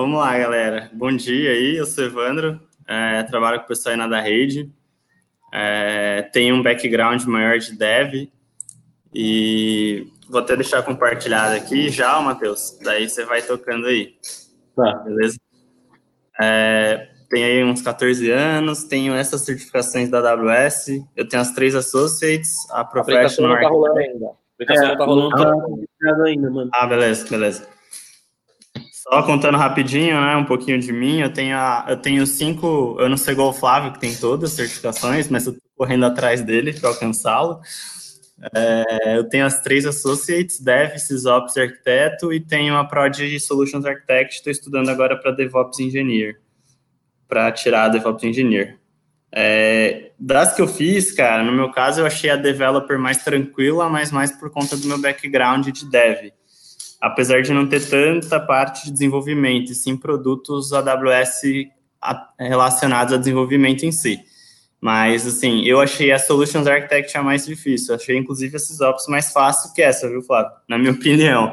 vamos lá, galera. Bom dia aí, eu sou Evandro, trabalho com o pessoal aí na da rede, tenho um background maior de dev e vou até deixar compartilhado aqui já, Matheus, daí você vai tocando aí. Tá. Beleza? Tenho aí uns 14 anos, tenho essas certificações da AWS, eu tenho as 3 Associates, a Professional... A apresentação não tá rolando ainda. A apresentação não tá rolando ainda, mano. Beleza. Só contando rapidinho, né, um pouquinho de mim, eu tenho 5, eu não sei igual o Flávio, que tem todas as certificações, mas eu tô correndo atrás dele para alcançá-lo. Eu tenho as 3 Associates, Dev, SysOps e Arquiteto, e tenho a Prod Solutions Architect, estou estudando agora para DevOps Engineer, para tirar a DevOps Engineer. Das que eu fiz, cara, no meu caso eu achei a Developer mais tranquila, mas mais por conta do meu background de Dev. Apesar de não ter tanta parte de desenvolvimento, e sim produtos AWS relacionados a desenvolvimento em si. Mas, assim, eu achei a Solutions Architect a mais difícil. Achei, inclusive, a SysOps mais fácil que essa, viu, Flávio? Na minha opinião.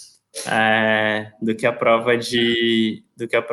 Do que a prova de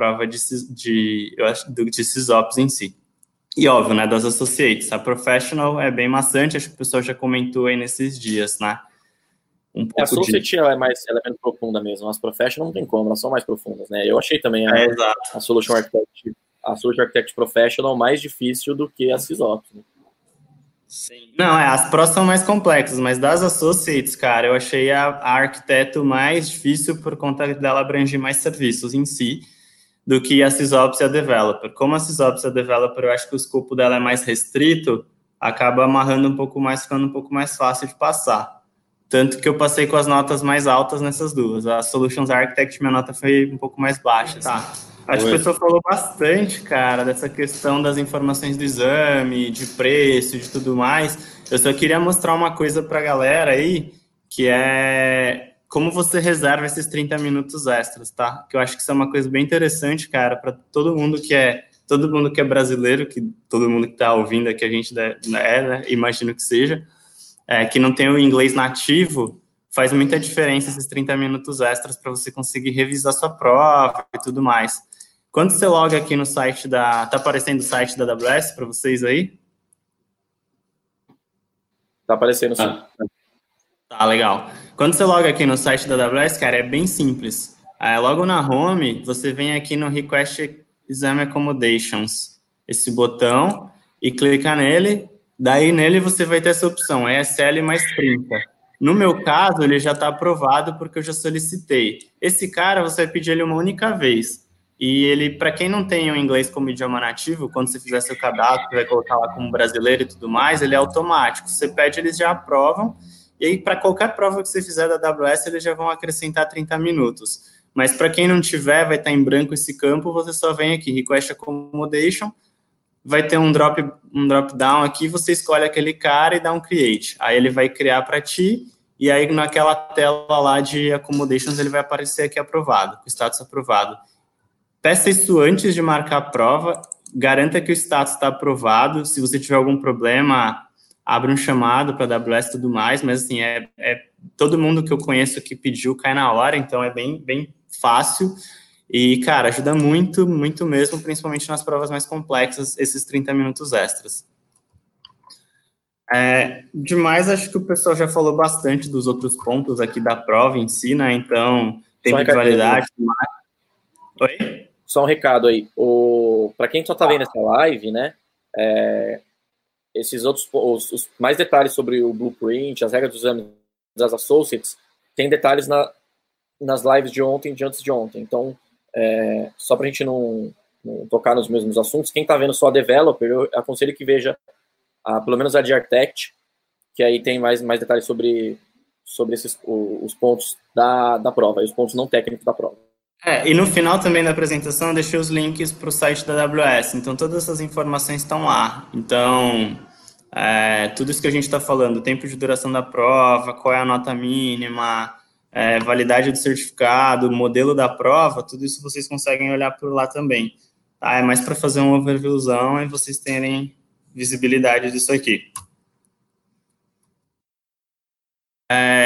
SysOps em si. E, óbvio, né, das Associates. A Professional é bem maçante, acho que o pessoal já comentou aí nesses dias, né? A Associate ela é menos profunda mesmo. As Professional não tem como, elas são mais profundas, né? Eu achei também a Solution Architect Professional mais difícil do que a SysOps, né? Sim. Não, as Pros são mais complexas, mas das Associates, cara, eu achei a Arquiteto mais difícil por conta dela abranger mais serviços em si do que a SysOps e a Developer. Como a SysOps e a Developer, eu acho que o escopo dela é mais restrito, acaba amarrando ficando um pouco mais fácil de passar. Tanto que eu passei com as notas mais altas nessas duas. A Solutions Architect, minha nota foi um pouco mais baixa. Tá. Acho que o pessoal falou bastante, cara, dessa questão das informações do exame, de preço, de tudo mais. Eu só queria mostrar uma coisa pra galera aí, que é como você reserva esses 30 minutos extras, tá? Que eu acho que isso é uma coisa bem interessante, cara, para todo mundo que é brasileiro, que todo mundo que tá ouvindo aqui, a gente né, imagino que seja, que não tem o inglês nativo, faz muita diferença esses 30 minutos extras para você conseguir revisar sua prova e tudo mais. Quando você loga aqui no site tá aparecendo o site da AWS para vocês aí? Tá aparecendo, sim. Tá, legal. Quando você loga aqui no site da AWS, cara, é bem simples. Logo na home, você vem aqui no Request Exam Accommodations, esse botão, e clica nele. Daí, nele, você vai ter essa opção, ESL mais 30. No meu caso, ele já está aprovado porque eu já solicitei. Esse cara, você vai pedir ele uma única vez. E ele, para quem não tem o inglês como idioma nativo, quando você fizer seu cadastro, vai colocar lá como brasileiro e tudo mais, ele é automático. Você pede, eles já aprovam. E aí, para qualquer prova que você fizer da AWS, eles já vão acrescentar 30 minutos. Mas para quem não tiver, vai estar em branco esse campo, você só vem aqui, Request Accommodation, vai ter um drop-down aqui, você escolhe aquele cara e dá um create. Aí ele vai criar para ti, e aí naquela tela lá de accommodations ele vai aparecer aqui aprovado, status aprovado. Peça isso antes de marcar a prova, garanta que o status está aprovado, se você tiver algum problema, abre um chamado para a AWS e tudo mais, mas assim, todo mundo que eu conheço que pediu cai na hora, então é bem, bem fácil. E, cara, ajuda muito, muito mesmo, principalmente nas provas mais complexas, esses 30 minutos extras. Demais, acho que o pessoal já falou bastante dos outros pontos aqui da prova em si, né? Então, tempo de validade. Oi? Só um recado aí. Para quem só está vendo essa live, né? Esses outros, os mais detalhes sobre o Blueprint, as regras dos exames das Associates, tem detalhes nas lives de ontem e de antes de ontem. Então, só para a gente não tocar nos mesmos assuntos, quem está vendo só a Developer, eu aconselho que veja pelo menos a de Architect, que aí tem mais detalhes sobre os pontos da prova, e os pontos não técnicos da prova. E no final também da apresentação eu deixei os links para o site da AWS, então todas essas informações estão lá. Então, tudo isso que a gente está falando, tempo de duração da prova, qual é a nota mínima, validade do certificado, modelo da prova, tudo isso vocês conseguem olhar por lá também. Tá? É mais para fazer uma overviewzão e vocês terem visibilidade disso aqui.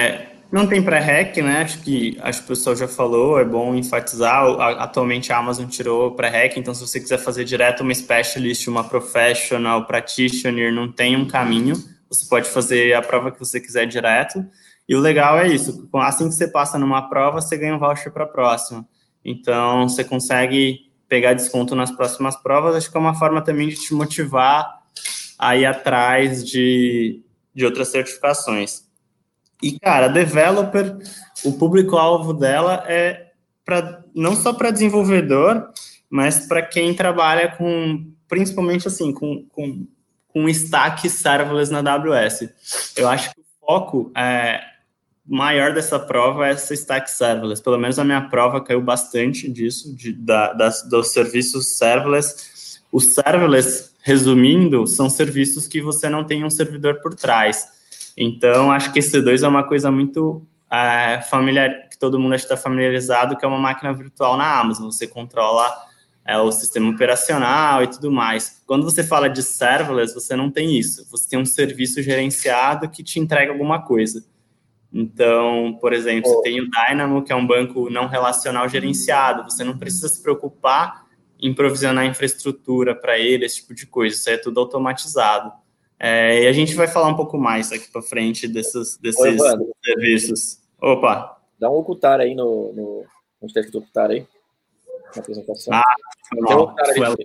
Não tem pré-rec, né? Acho que o pessoal já falou, é bom enfatizar. Atualmente a Amazon tirou pré-rec, então se você quiser fazer direto uma specialist, uma professional, practitioner, não tem um caminho. Você pode fazer a prova que você quiser direto. E o legal é isso, assim que você passa numa prova, você ganha um voucher para a próxima. Então, você consegue pegar desconto nas próximas provas. Acho que é uma forma também de te motivar a ir atrás de outras certificações. E, cara, developer, o público-alvo dela é não só para desenvolvedor, mas para quem trabalha principalmente assim, com stack serverless na AWS. Eu acho que o foco maior dessa prova é essa stack serverless. Pelo menos a minha prova caiu bastante disso, dos serviços serverless. Os serverless, resumindo, são serviços que você não tem um servidor por trás. Então, acho que EC2 é uma coisa muito familiar, que todo mundo está familiarizado, que é uma máquina virtual na Amazon. Você controla o sistema operacional e tudo mais. Quando você fala de serverless, você não tem isso. Você tem um serviço gerenciado que te entrega alguma coisa. Então, por exemplo, você tem o Dynamo, que é um banco não relacional gerenciado. Você não precisa se preocupar em provisionar infraestrutura para ele, esse tipo de coisa. Isso é tudo automatizado. E a gente vai falar um pouco mais aqui para frente desses serviços. Opa! Dá um ocultar aí no onde está escrito ocultar aí, na apresentação. Tem um ocultar ali.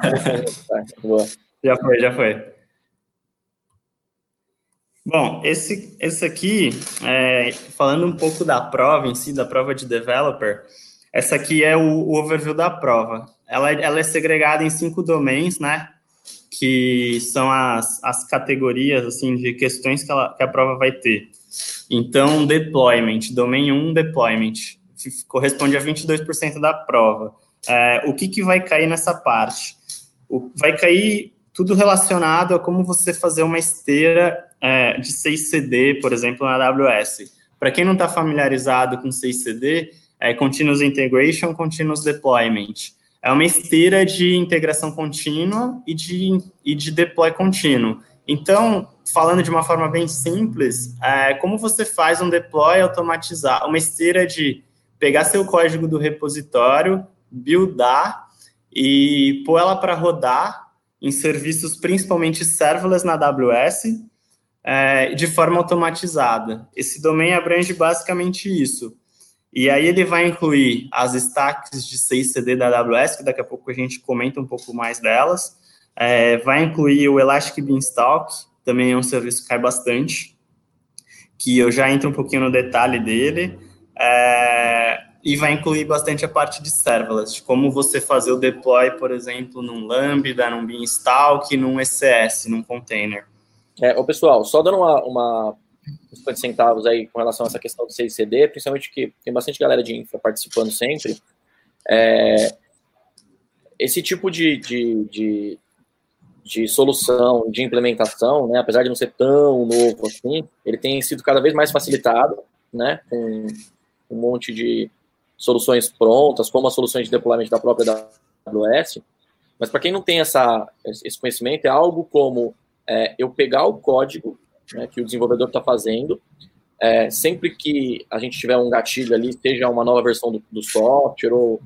Já foi. Bom, esse aqui, falando um pouco da prova em si, da prova de developer, essa aqui é o overview da prova. Ela é segregada em 5 domains, né? Que são as categorias assim, de questões que a prova vai ter. Então, deployment, domain 1, deployment, corresponde a 22% da prova. O que vai cair nessa parte? Vai cair tudo relacionado a como você fazer uma esteira de 6CD, por exemplo, na AWS. Para quem não está familiarizado com 6CD, Continuous Integration, Continuous Deployment. É uma esteira de integração contínua e de deploy contínuo. Então, falando de uma forma bem simples, como você faz um deploy automatizado, uma esteira de pegar seu código do repositório, buildar e pôr ela para rodar em serviços principalmente serverless na AWS, de forma automatizada. Esse domain abrange basicamente isso. E aí ele vai incluir as stacks de 6CD da AWS, que daqui a pouco a gente comenta um pouco mais delas. Vai incluir o Elastic Beanstalk, também é um serviço que cai bastante, que eu já entro um pouquinho no detalhe dele. E vai incluir bastante a parte de serverless, de como você fazer o deploy, por exemplo, num Lambda, num Beanstalk, num ECS, num container. Pessoal, só dando uns 50 centavos aí com relação a essa questão do 6CD, principalmente que tem bastante galera de infra participando sempre. Esse tipo de solução, de implementação, né, apesar de não ser tão novo assim, ele tem sido cada vez mais facilitado, né, com um monte de soluções prontas, como as soluções de deployment da própria AWS. Mas para quem não tem esse conhecimento, é algo como eu pegar o código, né, que o desenvolvedor está fazendo, sempre que a gente tiver um gatilho ali, seja uma nova versão do software, ou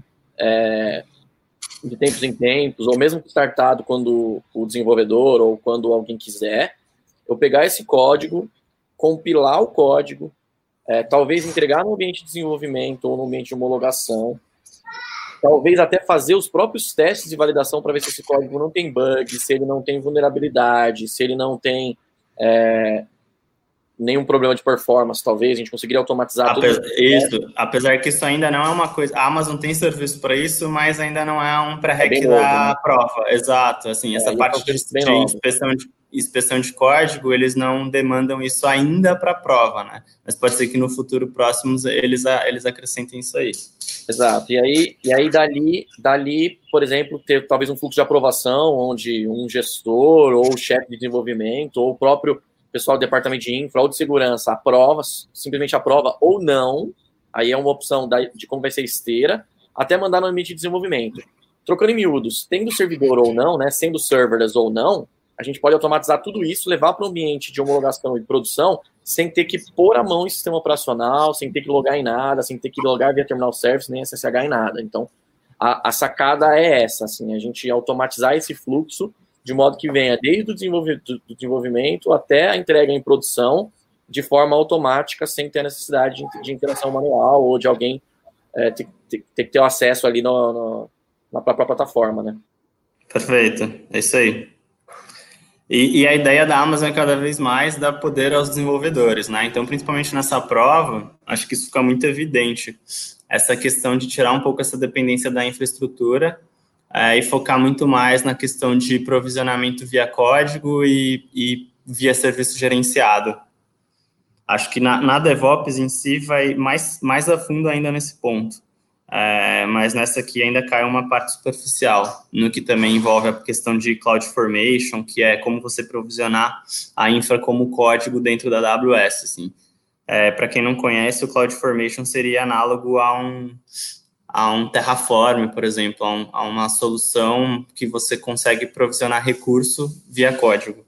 de tempos em tempos, ou mesmo startado quando o desenvolvedor ou quando alguém quiser, eu pegar esse código, compilar o código, talvez entregar no ambiente de desenvolvimento ou no ambiente de homologação, talvez até fazer os próprios testes de validação para ver se esse código não tem bug, se ele não tem vulnerabilidade, se ele não tem nenhum problema de performance, talvez a gente conseguiria automatizar tudo isso. Apesar que isso ainda não é uma coisa... A Amazon tem serviço para isso, mas ainda não é um pré-req da prova. Exato. Assim, essa parte de inspeção de código, eles não demandam isso ainda para a prova, né? Mas pode ser que no futuro próximo eles acrescentem isso aí. Exato. E aí dali, por exemplo, ter talvez um fluxo de aprovação, onde um gestor ou o chefe de desenvolvimento ou o próprio pessoal do departamento de infra ou de segurança simplesmente aprova ou não, aí é uma opção de como vai ser a esteira, até mandar no ambiente de desenvolvimento. Trocando em miúdos, tendo servidor ou não, né, sendo serverless ou não, a gente pode automatizar tudo isso, levar para o ambiente de homologação e produção, sem ter que pôr a mão em sistema operacional, sem ter que logar em nada, sem ter que logar via terminal service, nem SSH em nada. Então, a sacada é essa, assim, a gente automatizar esse fluxo de modo que venha desde o desenvolvimento até a entrega em produção, de forma automática, sem ter a necessidade de interação manual ou de alguém ter que ter o acesso ali na própria plataforma, né? Perfeito, é isso aí. E a ideia da Amazon é cada vez mais dar poder aos desenvolvedores, né? Então, principalmente nessa prova, acho que isso fica muito evidente. Essa questão de tirar um pouco essa dependência da infraestrutura e focar muito mais na questão de provisionamento via código e via serviço gerenciado. Acho que na DevOps em si vai mais a fundo ainda nesse ponto. Mas nessa aqui ainda cai uma parte superficial, no que também envolve a questão de CloudFormation, que é como você provisionar a infra como código dentro da AWS. Assim. Para quem não conhece, o CloudFormation seria análogo a um Terraform, por exemplo, a uma solução que você consegue provisionar recurso via código.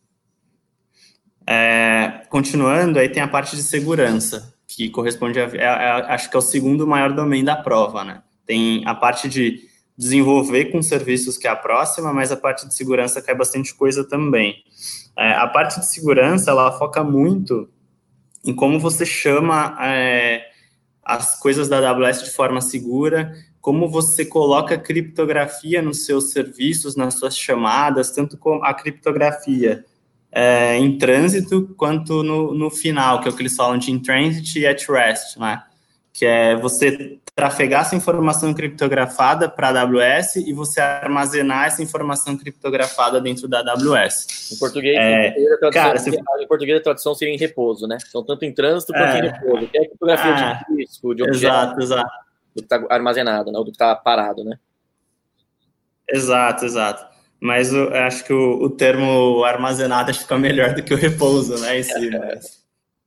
Continuando, aí tem a parte de segurança, que corresponde acho que é o segundo maior domain da prova, né? Tem a parte de desenvolver com serviços, que é a próxima, mas a parte de segurança cai bastante coisa também. A parte de segurança, ela foca muito em como você chama as coisas da AWS de forma segura, como você coloca criptografia nos seus serviços, nas suas chamadas, tanto como a criptografia em trânsito quanto no final, que é o que eles falam de in transit e at rest, né? Que é você trafegar essa informação criptografada para a AWS e você armazenar essa informação criptografada dentro da AWS. Em português, em português a tradução seria em repouso, né? Então, tanto em trânsito quanto em repouso. Que é a criptografia de disco, de objeto, exato. Do que está armazenado, né? Ou do que está parado, né? Exato. Mas eu acho que o termo armazenado fica melhor do que o repouso, né? Em si, mas...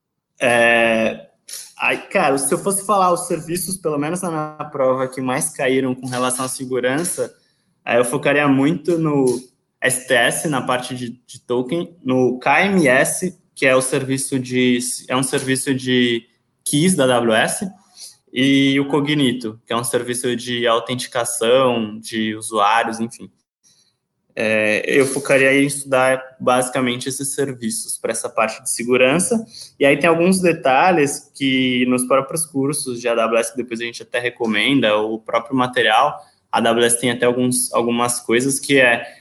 Aí, cara, se eu fosse falar os serviços, pelo menos na minha prova, que mais caíram com relação à segurança, eu focaria muito no STS, na parte de token, no KMS, que é um serviço de keys da AWS, e o Cognito, que é um serviço de autenticação de usuários, enfim. Eu focaria em estudar basicamente esses serviços para essa parte de segurança, e aí tem alguns detalhes que nos próprios cursos de AWS, que depois a gente até recomenda, o próprio material, a AWS tem até algumas coisas que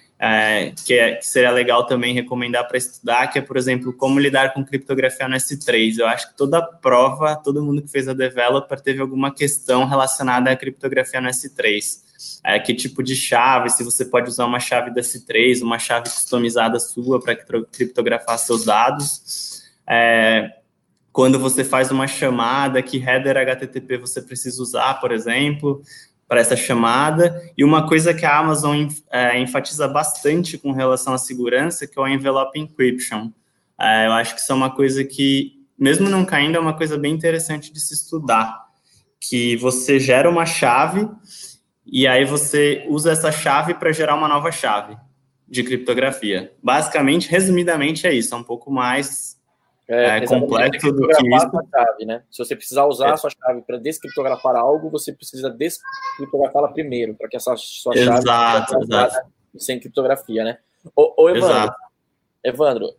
seria legal também recomendar para estudar, que é, por exemplo, como lidar com criptografia no S3. Eu acho que toda prova, todo mundo que fez a developer teve alguma questão relacionada à criptografia no S3. Que tipo de chave, se você pode usar uma chave da S3, uma chave customizada sua para criptografar seus dados. Quando você faz uma chamada, que header HTTP você precisa usar, por exemplo, para essa chamada. E uma coisa que a Amazon enfatiza bastante com relação à segurança, que é o envelope encryption. Eu acho que isso é uma coisa que, mesmo não caindo, é uma coisa bem interessante de se estudar, que você gera uma chave e aí você usa essa chave para gerar uma nova chave de criptografia. Basicamente, resumidamente, é isso. É um pouco mais complexo do que isso. Chave, né? Se você precisar usar a sua chave para descriptografar algo, você precisa descriptografá-la primeiro, para que essa sua chave seja sem criptografia, né? Ô Evandro,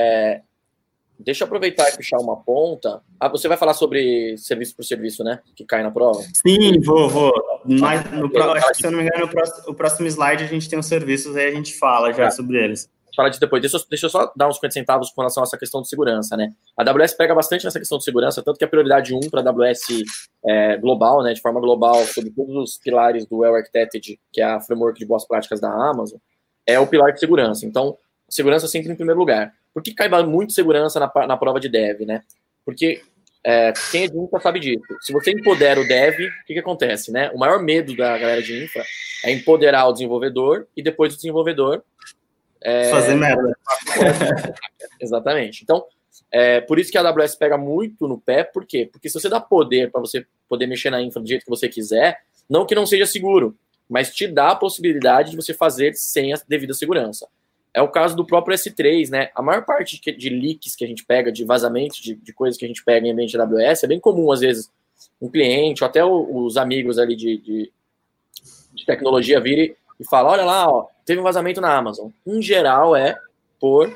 deixa eu aproveitar e puxar uma ponta. Você vai falar sobre serviço por serviço, né? Que cai na prova? Sim, vou. Mas acho que, se eu não me engano, o próximo slide a gente tem os serviços, aí a gente fala já sobre eles. Falar disso depois. Deixa eu só dar uns 50 centavos com relação a essa questão de segurança, né? A AWS pega bastante nessa questão de segurança, tanto que a prioridade 1 para a AWS global, né? De forma global, sobre todos os pilares do Well Architected, que é a framework de boas práticas da Amazon, é o pilar de segurança. Então, segurança sempre em primeiro lugar. Por que cai muito segurança na prova de dev, né? Porque quem é de infra sabe disso. Se você empodera o dev, o que acontece, né? O maior medo da galera de infra é empoderar o desenvolvedor e depois o desenvolvedor fazer merda. Exatamente. Então, por isso que a AWS pega muito no pé. Por quê? Porque se você dá poder para você poder mexer na infra do jeito que você quiser, não que não seja seguro, mas te dá a possibilidade de você fazer sem a devida segurança. é o caso do próprio S3, né? A maior parte de leaks que a gente pega, de vazamentos, de coisas que a gente pega em ambiente AWS, é bem comum, às vezes, um cliente, ou até os amigos ali de tecnologia virem e falam, olha lá, ó, teve um vazamento na Amazon. Em geral, é por...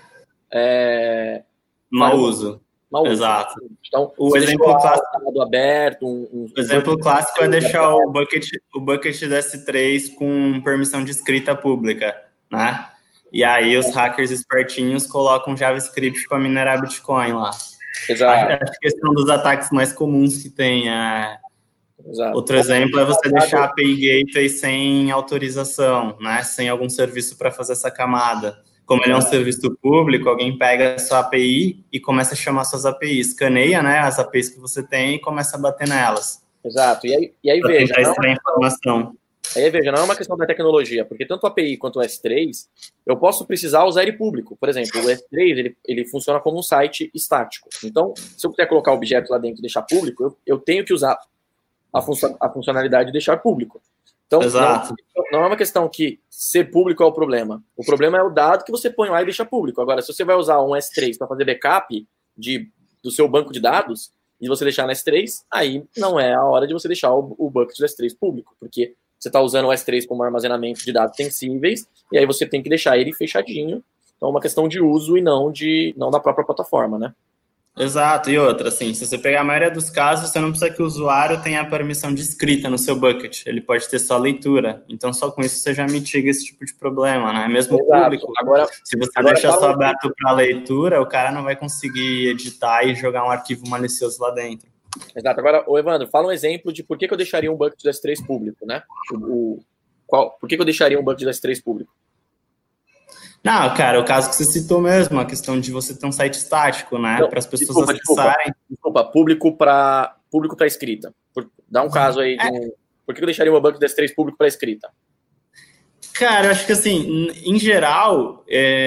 mau uso. Exato. Então, o exemplo clássico aberto, o exemplo clássico é deixar o bucket do S3 com permissão de escrita pública, né? E aí os hackers espertinhos colocam JavaScript para minerar Bitcoin lá. Exato. Acho que esse é um dos ataques mais comuns que tem. Exato. Outro exemplo é você deixar a API Gateway sem autorização, né? Sem algum serviço para fazer essa camada. Como ele é um serviço público, alguém pega a sua API e começa a chamar suas APIs, escaneia, né, as APIs que você tem e começa a bater nelas. Exato. E aí veja, não é uma questão da tecnologia, porque tanto a API quanto o S3, eu posso precisar usar ele público. Por exemplo, o S3, ele funciona como um site estático. Então, se eu quiser colocar objetos lá dentro e deixar público, eu tenho que usar a funcionalidade de deixar público. Então, exato. Não é uma questão que ser público é o problema. O problema é o dado que você põe lá e deixa público. Agora, se você vai usar um S3 para fazer backup do seu banco de dados e você deixar no S3, aí não é a hora de você deixar o bucket do S3 público, porque você está usando o S3 como armazenamento de dados sensíveis e aí você tem que deixar ele fechadinho. Então, é uma questão de uso e não da própria plataforma, né? Exato, e outra, assim, se você pegar a maioria dos casos, você não precisa que o usuário tenha a permissão de escrita no seu bucket, ele pode ter só leitura, então só com isso você já mitiga esse tipo de problema, né? Mesmo exato. Público, se você deixar só aberto para leitura, o cara não vai conseguir editar e jogar um arquivo malicioso lá dentro. Exato, agora, Evandro, fala um exemplo de por que eu deixaria um bucket do S3 público, né? Por que eu deixaria um bucket do S3 público? Não, cara, o caso que você citou mesmo, a questão de você ter um site estático, né? Para as pessoas acessarem. Desculpa, público para escrita. Dá um caso aí. Por que eu deixaria uma bucket do S3 público para escrita? Cara, eu acho que assim, em geral,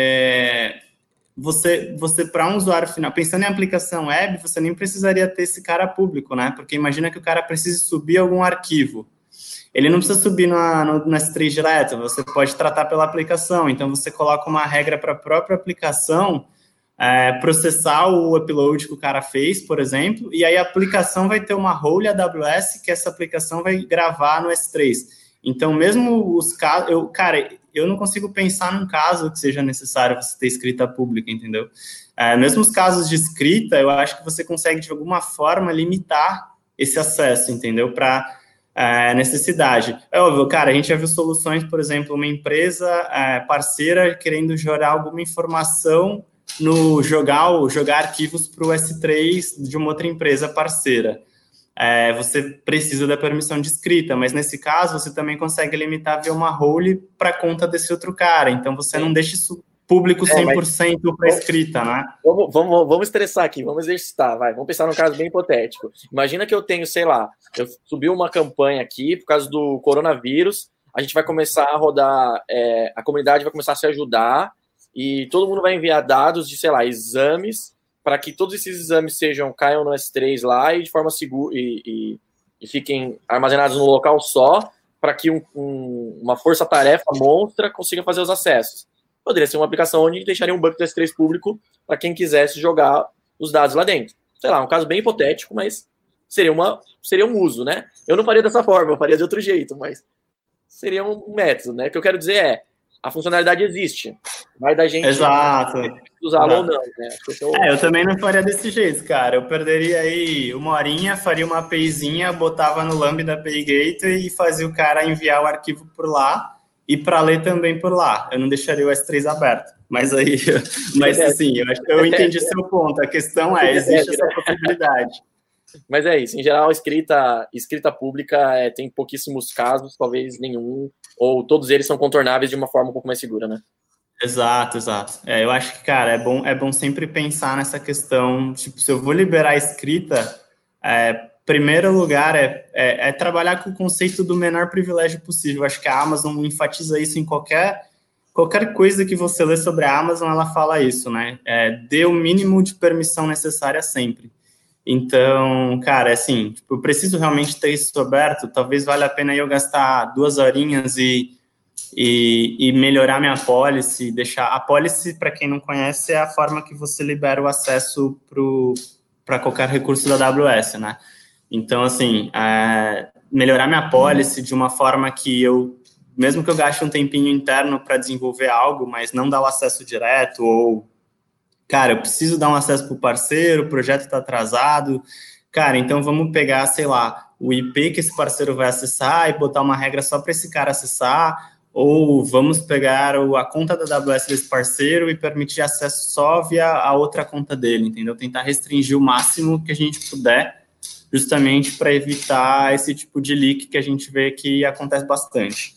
você para um usuário final, pensando em aplicação web, você nem precisaria ter esse cara público, né? Porque imagina que o cara precise subir algum arquivo. Ele não precisa subir no S3 direto, você pode tratar pela aplicação. Então, você coloca uma regra para a própria aplicação processar o upload que o cara fez, por exemplo, e aí a aplicação vai ter uma role AWS que essa aplicação vai gravar no S3. Então, mesmo os casos... eu não consigo pensar num caso que seja necessário você ter escrita pública, entendeu? Mesmo os casos de escrita, eu acho que você consegue, de alguma forma, limitar esse acesso, entendeu? Para... necessidade. É óbvio, cara, a gente já viu soluções, por exemplo, uma empresa parceira querendo gerar alguma informação jogar arquivos para o S3 de uma outra empresa parceira. Você precisa da permissão de escrita, mas nesse caso você também consegue limitar via uma role para conta desse outro cara, então você não deixa isso público 100% para escrita, né? Vamos estressar aqui, vamos exercitar, vamos pensar num caso bem hipotético. Imagina que eu tenho, sei lá, eu subi uma campanha aqui por causa do coronavírus, a gente vai começar a rodar, a comunidade vai começar a se ajudar e todo mundo vai enviar dados de, sei lá, exames para que todos esses exames caiam no S3 lá e de forma segura e fiquem armazenados num local só para que uma força-tarefa monstra consiga fazer os acessos. Poderia ser uma aplicação onde deixaria um bucket do S3 público para quem quisesse jogar os dados lá dentro. Sei lá, um caso bem hipotético, mas seria um uso, né? Eu não faria dessa forma, eu faria de outro jeito, mas seria um método, né? O que eu quero dizer a funcionalidade existe. Vai da gente usá-la ou não, né? Eu também não faria desse jeito, cara. Eu perderia aí 1 horinha, faria uma APIzinha, botava no Lambda API Gateway e fazia o cara enviar o arquivo por lá e para ler também por lá. Eu não deixaria o S3 aberto. Mas assim, eu entendi seu ponto. A questão existe essa possibilidade. Mas é isso. Em geral, escrita pública tem pouquíssimos casos, talvez nenhum, ou todos eles são contornáveis de uma forma um pouco mais segura, né? Exato. Eu acho que, cara, é bom sempre pensar nessa questão, tipo, se eu vou liberar a escrita, primeiro lugar é trabalhar com o conceito do menor privilégio possível. Eu acho que a Amazon enfatiza isso em qualquer coisa que você lê sobre a Amazon, ela fala isso, né? Dê o mínimo de permissão necessária sempre. Então, cara, assim, eu preciso realmente ter isso aberto, talvez valha a pena eu gastar 2 horinhas e e melhorar minha policy, deixar... A policy, para quem não conhece, é a forma que você libera o acesso para qualquer recurso da AWS, né? Então, assim, melhorar minha policy de uma forma que eu, mesmo que eu gaste um tempinho interno para desenvolver algo, mas não dar o acesso direto, ou, cara, eu preciso dar um acesso para o parceiro, o projeto está atrasado, cara, então vamos pegar, sei lá, o IP que esse parceiro vai acessar e botar uma regra só para esse cara acessar, ou vamos pegar a conta da AWS desse parceiro e permitir acesso só via a outra conta dele, entendeu? Tentar restringir o máximo que a gente puder, justamente para evitar esse tipo de leak que a gente vê que acontece bastante.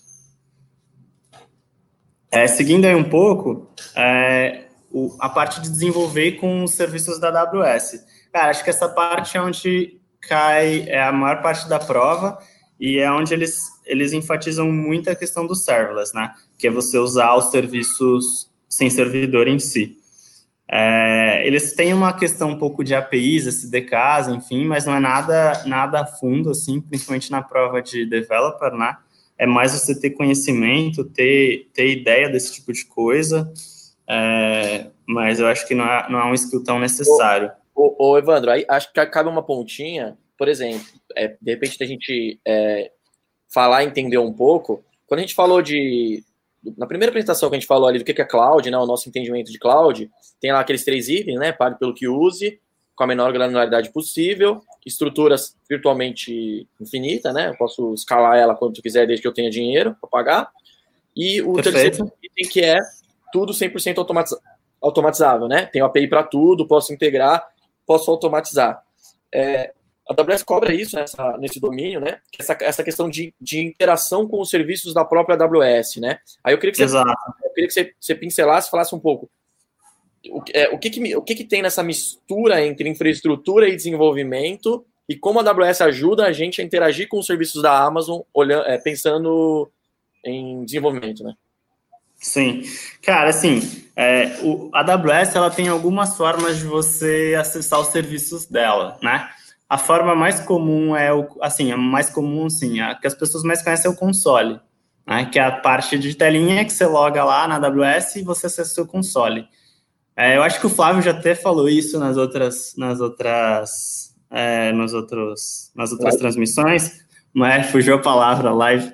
Seguindo aí um pouco, a parte de desenvolver com os serviços da AWS. Cara, acho que essa parte é onde cai a maior parte da prova e é onde eles enfatizam muito a questão do serverless, né? Que é você usar os serviços sem servidor em si. Eles têm uma questão um pouco de APIs, SDKs, enfim, mas não é nada a fundo, assim, principalmente na prova de developer, né? É mais você ter conhecimento, ter ideia desse tipo de coisa, mas eu acho que não é um skill tão necessário. Ô Evandro, aí acho que cabe uma pontinha, por exemplo, de repente a gente falar e entender um pouco, quando a gente falou na primeira apresentação que a gente falou ali do que é cloud, né, o nosso entendimento de cloud, tem lá aqueles 3 itens, né, pague pelo que use, com a menor granularidade possível, estruturas virtualmente infinita, né, eu posso escalar ela quanto quiser desde que eu tenha dinheiro para pagar, e o terceiro item que é tudo 100% automatizável, né, tenho API para tudo, posso integrar, posso automatizar. A AWS cobra isso nesse domínio, né? Essa questão de interação com os serviços da própria AWS, né? Aí eu queria que você pincelasse, falasse um pouco o que tem nessa mistura entre infraestrutura e desenvolvimento e como a AWS ajuda a gente a interagir com os serviços da Amazon pensando em desenvolvimento, né? Sim. Cara, assim, a AWS ela tem algumas formas de você acessar os serviços dela, né? A forma mais comum a que as pessoas mais conhecem é o console, né? Que é a parte de telinha que você loga lá na AWS e você acessa o seu console. Eu acho que o Flávio já até falou isso nas outras transmissões, mas fugiu a palavra, live.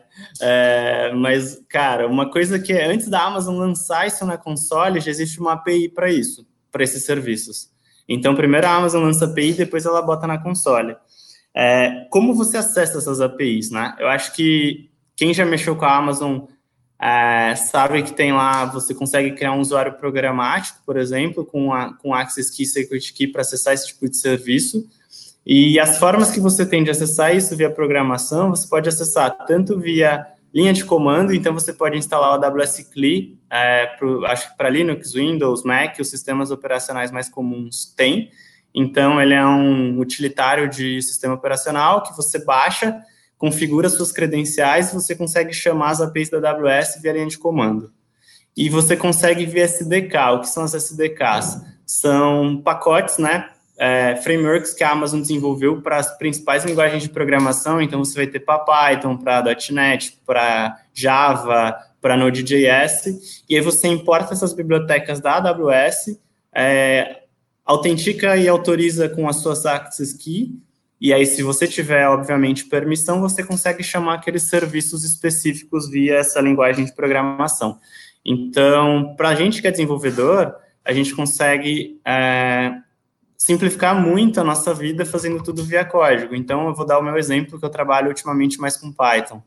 Mas, cara, uma coisa que antes da Amazon lançar isso na console, já existe uma API para isso, para esses serviços. Então, primeiro a Amazon lança a API, depois ela bota na console. Como você acessa essas APIs, né? Eu acho que quem já mexeu com a Amazon sabe que tem lá, você consegue criar um usuário programático, por exemplo, com Access Key, Secret Key para acessar esse tipo de serviço. E as formas que você tem de acessar isso via programação, você pode acessar tanto via linha de comando, então você pode instalar o AWS CLI, acho que para Linux, Windows, Mac, os sistemas operacionais mais comuns têm. Então, ele é um utilitário de sistema operacional que você baixa, configura suas credenciais e você consegue chamar as APIs da AWS via linha de comando. E você consegue via SDK. O que são as SDKs? São pacotes, né? Frameworks que a Amazon desenvolveu para as principais linguagens de programação, então você vai ter para Python, para .NET, para Java, para Node.js, e aí você importa essas bibliotecas da AWS, autentica e autoriza com as suas Access Key, e aí se você tiver, obviamente, permissão, você consegue chamar aqueles serviços específicos via essa linguagem de programação. Então, para a gente que é desenvolvedor, a gente consegue simplificar muito a nossa vida fazendo tudo via código. Então, eu vou dar o meu exemplo, que eu trabalho ultimamente mais com Python.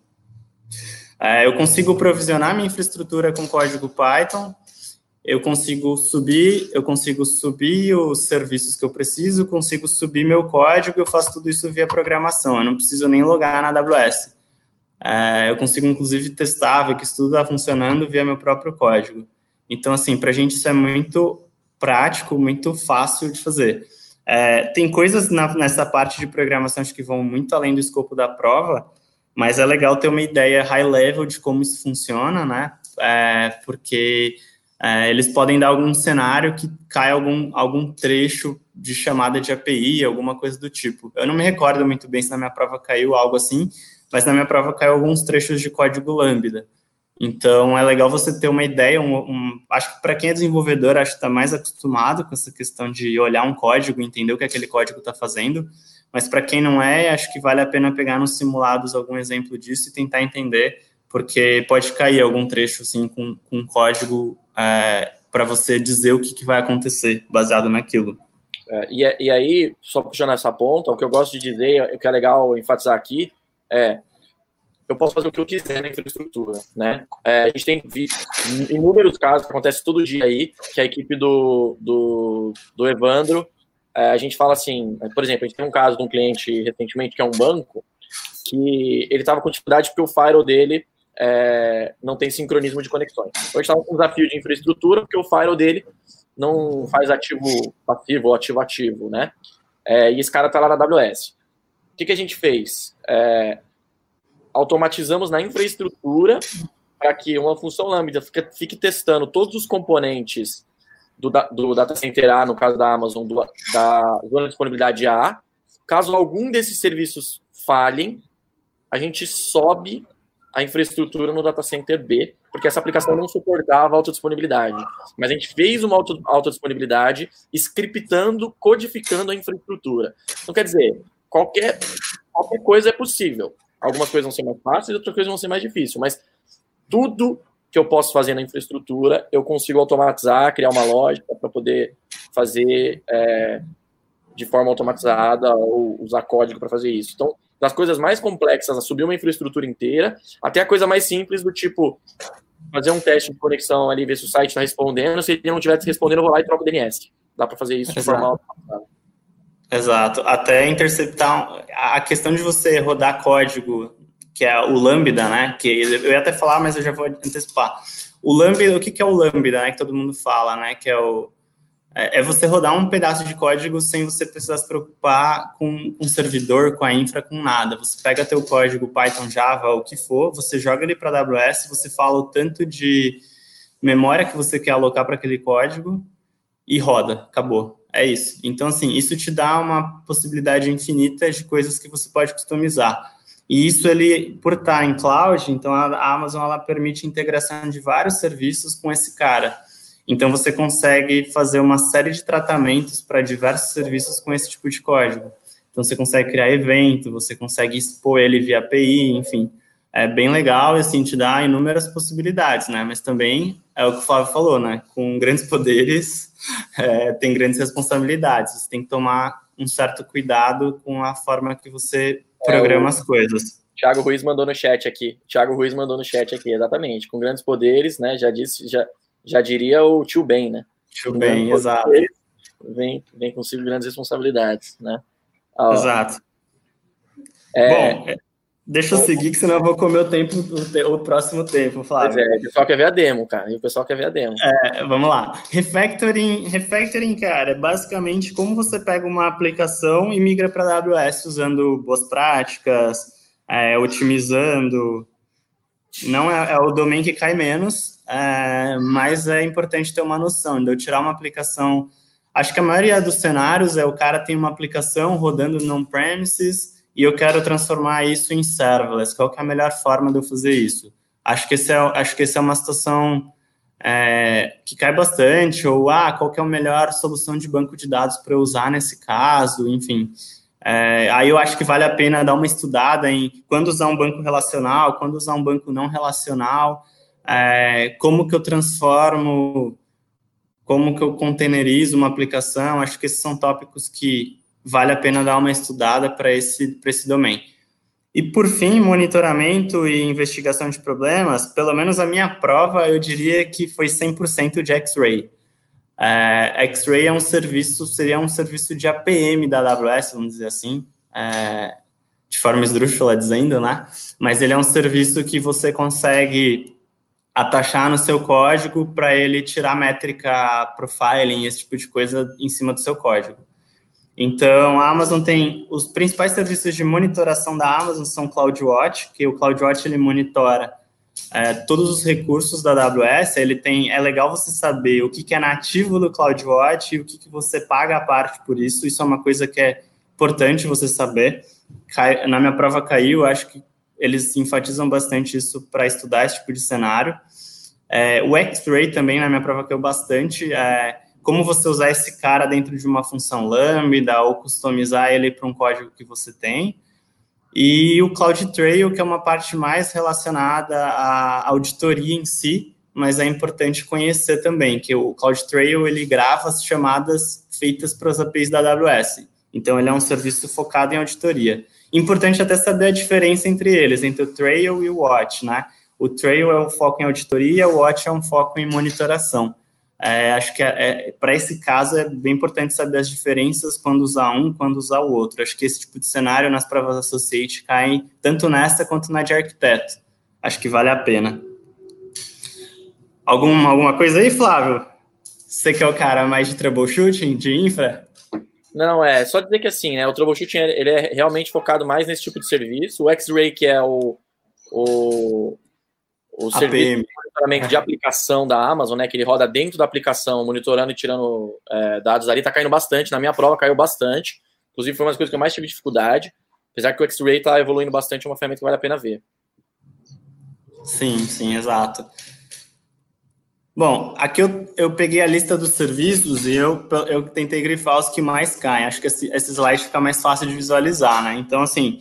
Eu consigo provisionar minha infraestrutura com código Python, eu consigo subir os serviços que eu preciso, consigo subir meu código, eu faço tudo isso via programação, eu não preciso nem logar na AWS. Eu consigo, inclusive, testar, ver que isso tudo está funcionando via meu próprio código. Então, assim, para a gente isso é muito prático, muito fácil de fazer. Tem coisas nessa parte de programação acho que vão muito além do escopo da prova, mas é legal ter uma ideia high level de como isso funciona, né? Porque eles podem dar algum cenário que cai algum trecho de chamada de API, alguma coisa do tipo. Eu não me recordo muito bem se na minha prova caiu algo assim, mas na minha prova caiu alguns trechos de código Lambda. Então, é legal você ter uma ideia, acho que para quem é desenvolvedor, acho que está mais acostumado com essa questão de olhar um código e entender o que aquele código está fazendo, mas para quem não é, acho que vale a pena pegar nos simulados algum exemplo disso e tentar entender, porque pode cair algum trecho assim, com código para você dizer o que vai acontecer baseado naquilo. E aí, só puxando essa ponta, o que eu gosto de dizer, o que é legal enfatizar aqui, eu posso fazer o que eu quiser na infraestrutura, né? A gente tem visto inúmeros casos, que acontece todo dia aí, que a equipe do Evandro, a gente fala assim, por exemplo, a gente tem um caso de um cliente recentemente, que é um banco, que ele estava com dificuldade porque o firewall dele não tem sincronismo de conexões. Então, a gente estava com um desafio de infraestrutura, porque o firewall dele não faz ativo-passivo ou ativo-ativo, né? E esse cara está lá na AWS. O que a gente fez? Automatizamos na infraestrutura para que uma função Lambda fique testando todos os componentes do data center A, no caso da Amazon, da zona de disponibilidade A. Caso algum desses serviços falhem, a gente sobe a infraestrutura no data center B, porque essa aplicação não suportava autodisponibilidade. Mas a gente fez uma autodisponibilidade scriptando, codificando a infraestrutura. Então, quer dizer, qualquer coisa é possível. Algumas coisas vão ser mais fáceis, outras coisas vão ser mais difíceis, mas tudo que eu posso fazer na infraestrutura, eu consigo automatizar, criar uma lógica para poder fazer de forma automatizada ou usar código para fazer isso. Então, das coisas mais complexas, a subir uma infraestrutura inteira, até a coisa mais simples do tipo fazer um teste de conexão ali, ver se o site está respondendo, se ele não estiver respondendo, eu vou lá e troco o DNS. Dá para fazer isso de forma automatizada. Exato. Até interceptar a questão de você rodar código, que é o Lambda, né? Que eu ia até falar, mas eu já vou antecipar. O Lambda, o que é o Lambda, né? Que todo mundo fala, né? Que é você rodar um pedaço de código sem você precisar se preocupar com um servidor, com a infra, com nada. Você pega teu código Python, Java, o que for, você joga ele para a AWS, você fala o tanto de memória que você quer alocar para aquele código e roda, acabou. É isso. Então, assim, isso te dá uma possibilidade infinita de coisas que você pode customizar. E isso, ele, por estar em cloud, então a Amazon, ela permite integração de vários serviços com esse cara. Então, você consegue fazer uma série de tratamentos para diversos serviços com esse tipo de código. Então, você consegue criar evento, você consegue expor ele via API, enfim. É bem legal, assim, te dá inúmeras possibilidades, né? Mas também é o que o Flávio falou, né? Com grandes poderes, tem grandes responsabilidades. Você tem que tomar um certo cuidado com a forma que você programa as coisas. Thiago Ruiz mandou no chat aqui. Exatamente. Com grandes poderes, né? Já diria o tio Ben, né? Tio Ben, exato. Vem consigo grandes responsabilidades, né? Exato. Bom, deixa eu seguir, que senão eu vou comer o próximo tempo, Flávio. Pois o pessoal quer ver a demo, cara. Vamos lá. Refactoring, cara, é basicamente como você pega uma aplicação e migra para a AWS usando boas práticas, otimizando. Não é o domain que cai menos, mas é importante ter uma noção. Então, tirar uma aplicação... Acho que a maioria dos cenários o cara tem uma aplicação rodando no on-premises e eu quero transformar isso em serverless. Qual que é a melhor forma de eu fazer isso? Acho que essa é uma situação que cai bastante, ou qual que é a melhor solução de banco de dados para eu usar nesse caso, enfim. Aí eu acho que vale a pena dar uma estudada em quando usar um banco relacional, quando usar um banco não relacional, como que eu transformo, como que eu containerizo uma aplicação. Acho que esses são tópicos que vale a pena dar uma estudada para esse domain. E, por fim, monitoramento e investigação de problemas, pelo menos a minha prova, eu diria que foi 100% de X-Ray. X-Ray seria um serviço de APM da AWS, vamos dizer assim, de forma esdrúxula dizendo, né? Mas ele é um serviço que você consegue atachar no seu código para ele tirar métrica profiling, esse tipo de coisa em cima do seu código. Então, a Amazon tem os principais serviços de monitoração da Amazon são CloudWatch, que o CloudWatch ele monitora todos os recursos da AWS. É legal você saber o que é nativo do CloudWatch e o que você paga à parte por isso. Isso é uma coisa que é importante você saber. Na minha prova caiu, acho que eles enfatizam bastante isso para estudar esse tipo de cenário. O X-Ray também, na minha prova, caiu bastante. Como você usar esse cara dentro de uma função Lambda ou customizar ele para um código que você tem. E o CloudTrail, que é uma parte mais relacionada à auditoria em si, mas é importante conhecer também que o CloudTrail, ele grava as chamadas feitas para as APIs da AWS. Então, ele é um serviço focado em auditoria. Importante até saber a diferença entre eles, entre o Trail e o Watch, né? O Trail é um foco em auditoria, o Watch é um foco em monitoração. Acho que para esse caso é bem importante saber as diferenças quando usar um, quando usar o outro. Acho que esse tipo de cenário nas provas Associate caem tanto nessa quanto na de arquiteto. Acho que vale a pena. Alguma coisa aí, Flávio? Você que é o cara mais de troubleshooting, de infra? Não, só dizer que assim, né, o troubleshooting ele é realmente focado mais nesse tipo de serviço. O X-Ray, que é o serviço de monitoramento de aplicação da Amazon, né, que ele roda dentro da aplicação, monitorando e tirando dados ali, tá caindo bastante. Na minha prova caiu bastante. Inclusive, foi uma das coisas que eu mais tive dificuldade. Apesar que o X-Ray tá evoluindo bastante, é uma ferramenta que vale a pena ver. Sim, exato. Bom, aqui eu peguei a lista dos serviços e eu tentei grifar os que mais caem. Acho que esse slide fica mais fácil de visualizar, né? Então, assim,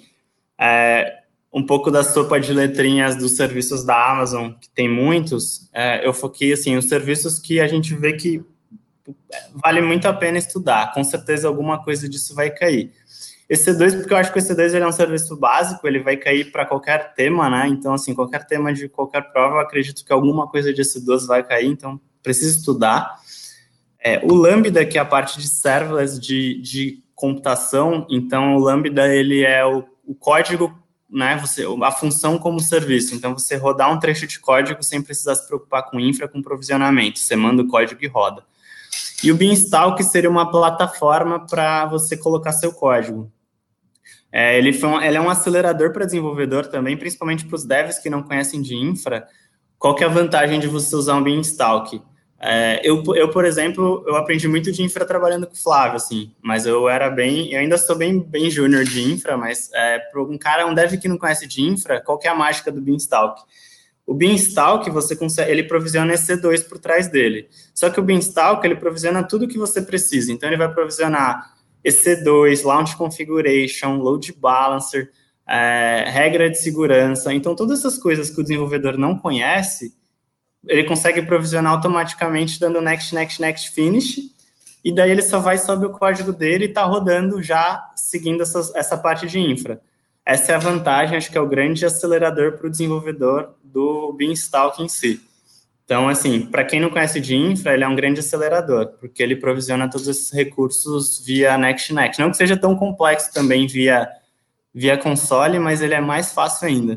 um pouco da sopa de letrinhas dos serviços da Amazon, que tem muitos, eu foquei, assim, os serviços que a gente vê que vale muito a pena estudar. Com certeza alguma coisa disso vai cair. EC2, porque eu acho que o EC2 ele é um serviço básico, ele vai cair para qualquer tema, né? Então, assim, qualquer tema de qualquer prova, eu acredito que alguma coisa de EC2 vai cair, então precisa estudar. O Lambda, que é a parte de serverless de computação, então o Lambda, ele é o código, né? A função como serviço. Então, você rodar um trecho de código sem precisar se preocupar com infra, com provisionamento. Você manda o código e roda. E o Beanstalk seria uma plataforma para você colocar seu código. Ele é um acelerador para desenvolvedor também, principalmente para os devs que não conhecem de infra. Qual que é a vantagem de você usar um Beanstalk? Eu, por exemplo, eu aprendi muito de infra trabalhando com o Flávio, assim, mas eu ainda sou bem júnior de infra, mas para um dev que não conhece de infra, qual que é a mágica do Beanstalk? O Beanstalk, ele provisiona EC2 por trás dele. Só que o Beanstalk, ele provisiona tudo o que você precisa. Então, ele vai provisionar EC2, Launch Configuration, Load Balancer, regra de segurança. Então, todas essas coisas que o desenvolvedor não conhece, ele consegue provisionar automaticamente, dando next, finish, e daí ele só vai sobe o código dele e está rodando já, seguindo essa parte de infra. Essa é a vantagem, acho que é o grande acelerador para o desenvolvedor do Beanstalk em si. Então, assim, para quem não conhece de infra, ele é um grande acelerador, porque ele provisiona todos esses recursos via Next. Não que seja tão complexo também via console, mas ele é mais fácil ainda.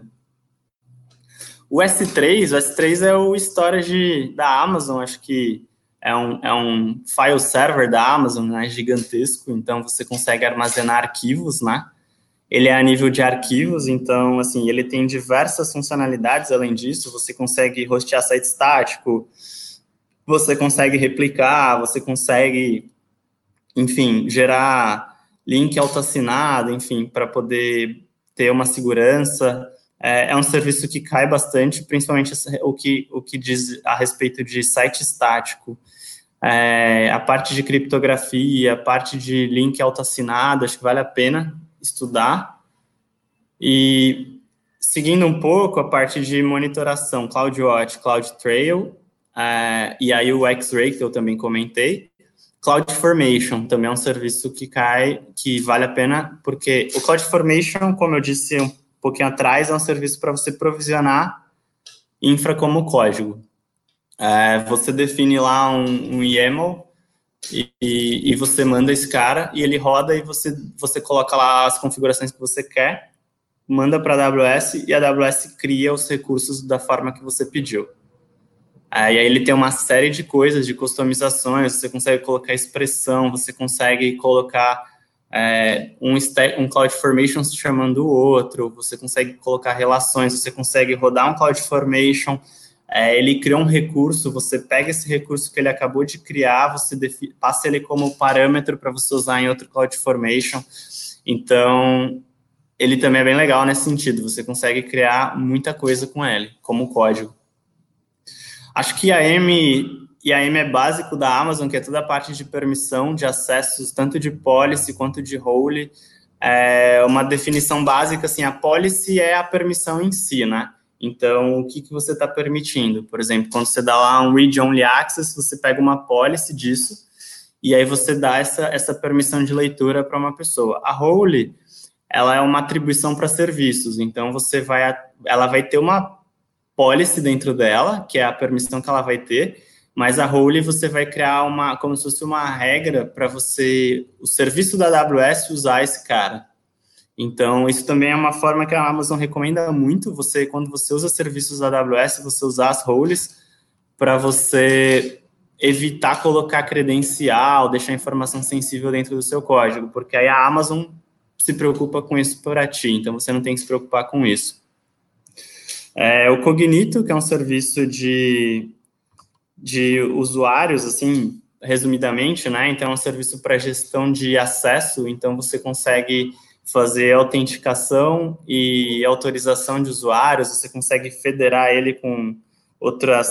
O S3 é o storage da Amazon, acho que é um file server da Amazon, né, gigantesco, então você consegue armazenar arquivos, né? Ele é a nível de arquivos, então, assim, ele tem diversas funcionalidades além disso. Você consegue hostear site estático, você consegue replicar, você consegue, enfim, gerar link autoassinado, enfim, para poder ter uma segurança. É um serviço que cai bastante, principalmente o que diz a respeito de site estático. A parte de criptografia, a parte de link autoassinado, acho que vale a pena estudar. E seguindo um pouco a parte de monitoração, CloudWatch, CloudTrail, e aí o X-Ray, que eu também comentei. CloudFormation também é um serviço que vale a pena, porque o CloudFormation, como eu disse um pouquinho atrás, é um serviço para você provisionar infra como código. Você define lá um YAML, e você manda esse cara, e ele roda, e você coloca lá as configurações que você quer, manda para a AWS, e a AWS cria os recursos da forma que você pediu. E aí ele tem uma série de coisas, de customizações, você consegue colocar expressão, você consegue colocar um CloudFormation chamando o outro, você consegue colocar relações, você consegue rodar um CloudFormation. Ele criou um recurso, você pega esse recurso que ele acabou de criar, você passa ele como parâmetro para você usar em outro CloudFormation. Então, ele também é bem legal nesse sentido, você consegue criar muita coisa com ele, como código. Acho que IAM é básico da Amazon, que é toda a parte de permissão de acessos, tanto de policy quanto de role. É uma definição básica, assim, a policy é a permissão em si, né? Então, o que você está permitindo? Por exemplo, quando você dá lá um read-only access, você pega uma policy disso, e aí você dá essa permissão de leitura para uma pessoa. A role, ela é uma atribuição para serviços, então ela vai ter uma policy dentro dela, que é a permissão que ela vai ter, mas a role você vai criar como se fosse uma regra para o serviço da AWS usar esse cara. Então, isso também é uma forma que a Amazon recomenda muito, quando você usa serviços da AWS, você usar as roles para você evitar colocar credencial, deixar informação sensível dentro do seu código, porque aí a Amazon se preocupa com isso para ti, então você não tem que se preocupar com isso. O Cognito, que é um serviço de usuários, assim, resumidamente, né? Então, é um serviço para gestão de acesso, então você consegue fazer autenticação e autorização de usuários, você consegue federar ele com outras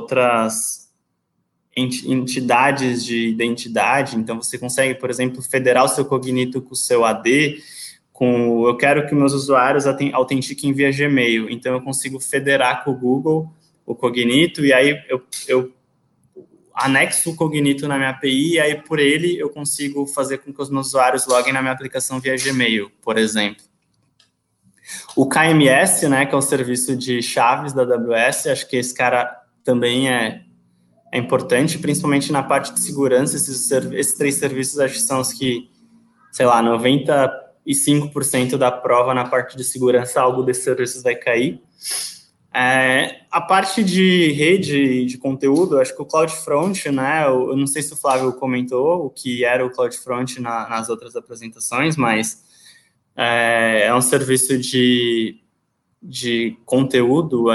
entidades de identidade, então você consegue, por exemplo, federar o seu Cognito com o seu AD, eu quero que meus usuários autentiquem via Gmail, então eu consigo federar com o Google o Cognito, e aí eu anexo o Cognito na minha API, e aí por ele eu consigo fazer com que os meus usuários loguem na minha aplicação via Gmail, por exemplo. O KMS, né, que é o serviço de chaves da AWS, acho que esse cara também é importante, principalmente na parte de segurança. Esses 3 serviços acho que são os que, sei lá, 95% da prova na parte de segurança, algo desses serviços vai cair. A parte de rede de conteúdo, acho que o CloudFront, né, eu não sei se o Flávio comentou o que era o CloudFront nas outras apresentações, mas é um serviço de conteúdo,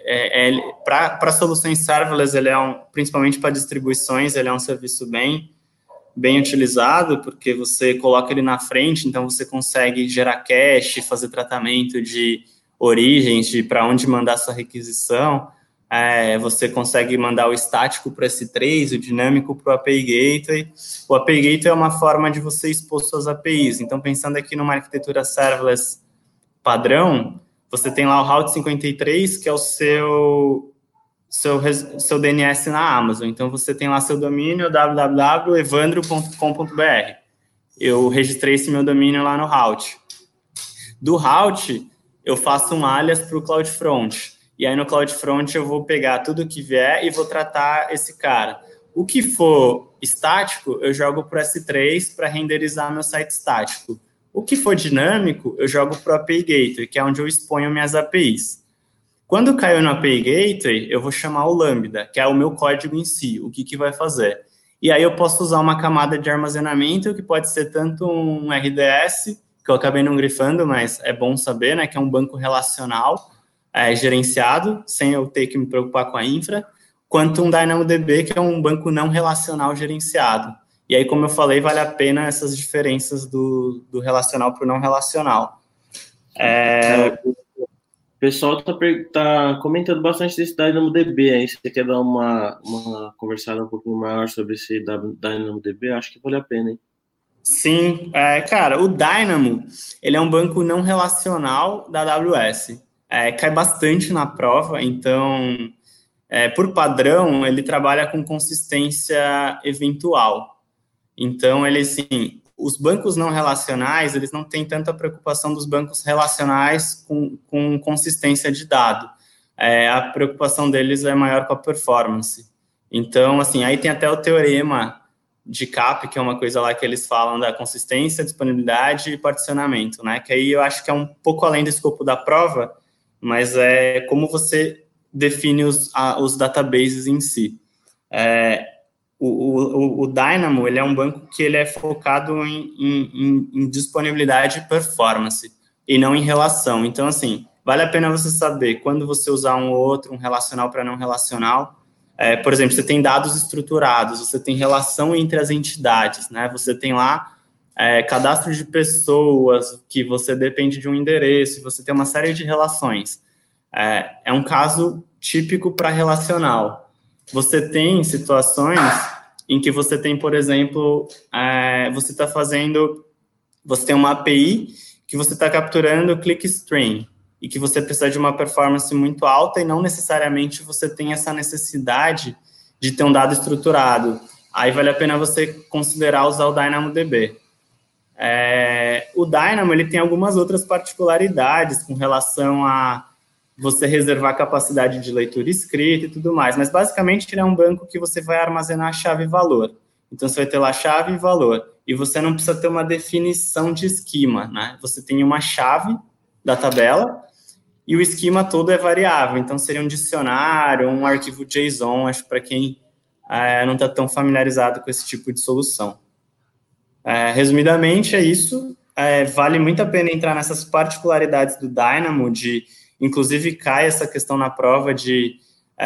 para soluções serverless, ele principalmente para distribuições, ele é um serviço bem utilizado, porque você coloca ele na frente, então você consegue gerar cache, fazer tratamento de origens, de para onde mandar sua requisição, você consegue mandar o estático para S3, o dinâmico para o API Gateway. O API Gateway é uma forma de você expor suas APIs, então pensando aqui numa arquitetura serverless padrão, você tem lá o Route 53, que é o seu DNS na Amazon. Então, você tem lá seu domínio www.evandro.com.br. Eu registrei esse meu domínio lá no Route. Do Route, eu faço um alias para o CloudFront. E aí, no CloudFront, eu vou pegar tudo que vier e vou tratar esse cara. O que for estático, eu jogo para o S3 para renderizar meu site estático. O que for dinâmico, eu jogo para o API Gateway, que é onde eu exponho minhas APIs. Quando caiu no API Gateway, eu vou chamar o Lambda, que é o meu código em si, o que vai fazer. E aí eu posso usar uma camada de armazenamento, que pode ser tanto um RDS, que eu acabei não grifando, mas é bom saber, né, que é um banco relacional gerenciado, sem eu ter que me preocupar com a infra, quanto um DynamoDB, que é um banco não relacional gerenciado. E aí, como eu falei, vale a pena essas diferenças do relacional para o não relacional. O pessoal tá comentando bastante desse DynamoDB aí. Você quer dar uma conversada um pouquinho maior sobre esse DynamoDB? Acho que vale a pena, hein? Sim, cara, o Dynamo, ele é um banco não relacional da AWS. Cai bastante na prova, então, por padrão, ele trabalha com consistência eventual. Então, os bancos não relacionais, eles não têm tanta preocupação dos bancos relacionais com consistência de dado. A preocupação deles é maior com a performance. Então, aí tem até o teorema de CAP, que é uma coisa lá que eles falam da consistência, disponibilidade e particionamento, né? Que aí eu acho que é um pouco além do escopo da prova, mas é como você define os databases em si. O Dynamo, ele é um banco que ele é focado em disponibilidade e performance, e não em relação. Então, vale a pena você saber quando você usar um relacional para não relacional. Por exemplo, você tem dados estruturados, você tem relação entre as entidades, né? Você tem lá cadastro de pessoas, que você depende de um endereço, você tem uma série de relações. É um caso típico para relacional. Você tem situações em que você tem, por exemplo, você tem uma API que você está capturando clickstream e que você precisa de uma performance muito alta e não necessariamente você tem essa necessidade de ter um dado estruturado. Aí vale a pena você considerar usar o DynamoDB. O Dynamo ele tem algumas outras particularidades com relação a você reservar capacidade de leitura escrita e tudo mais, mas basicamente ele é um banco que você vai armazenar chave e valor. Então você vai ter lá chave e valor, e você não precisa ter uma definição de esquema, né? Você tem uma chave da tabela e o esquema todo é variável, então seria um dicionário, um arquivo JSON, acho, para quem não está tão familiarizado com esse tipo de solução. Resumidamente, é isso. Vale muito a pena entrar nessas particularidades do Dynamo, inclusive cai essa questão na prova de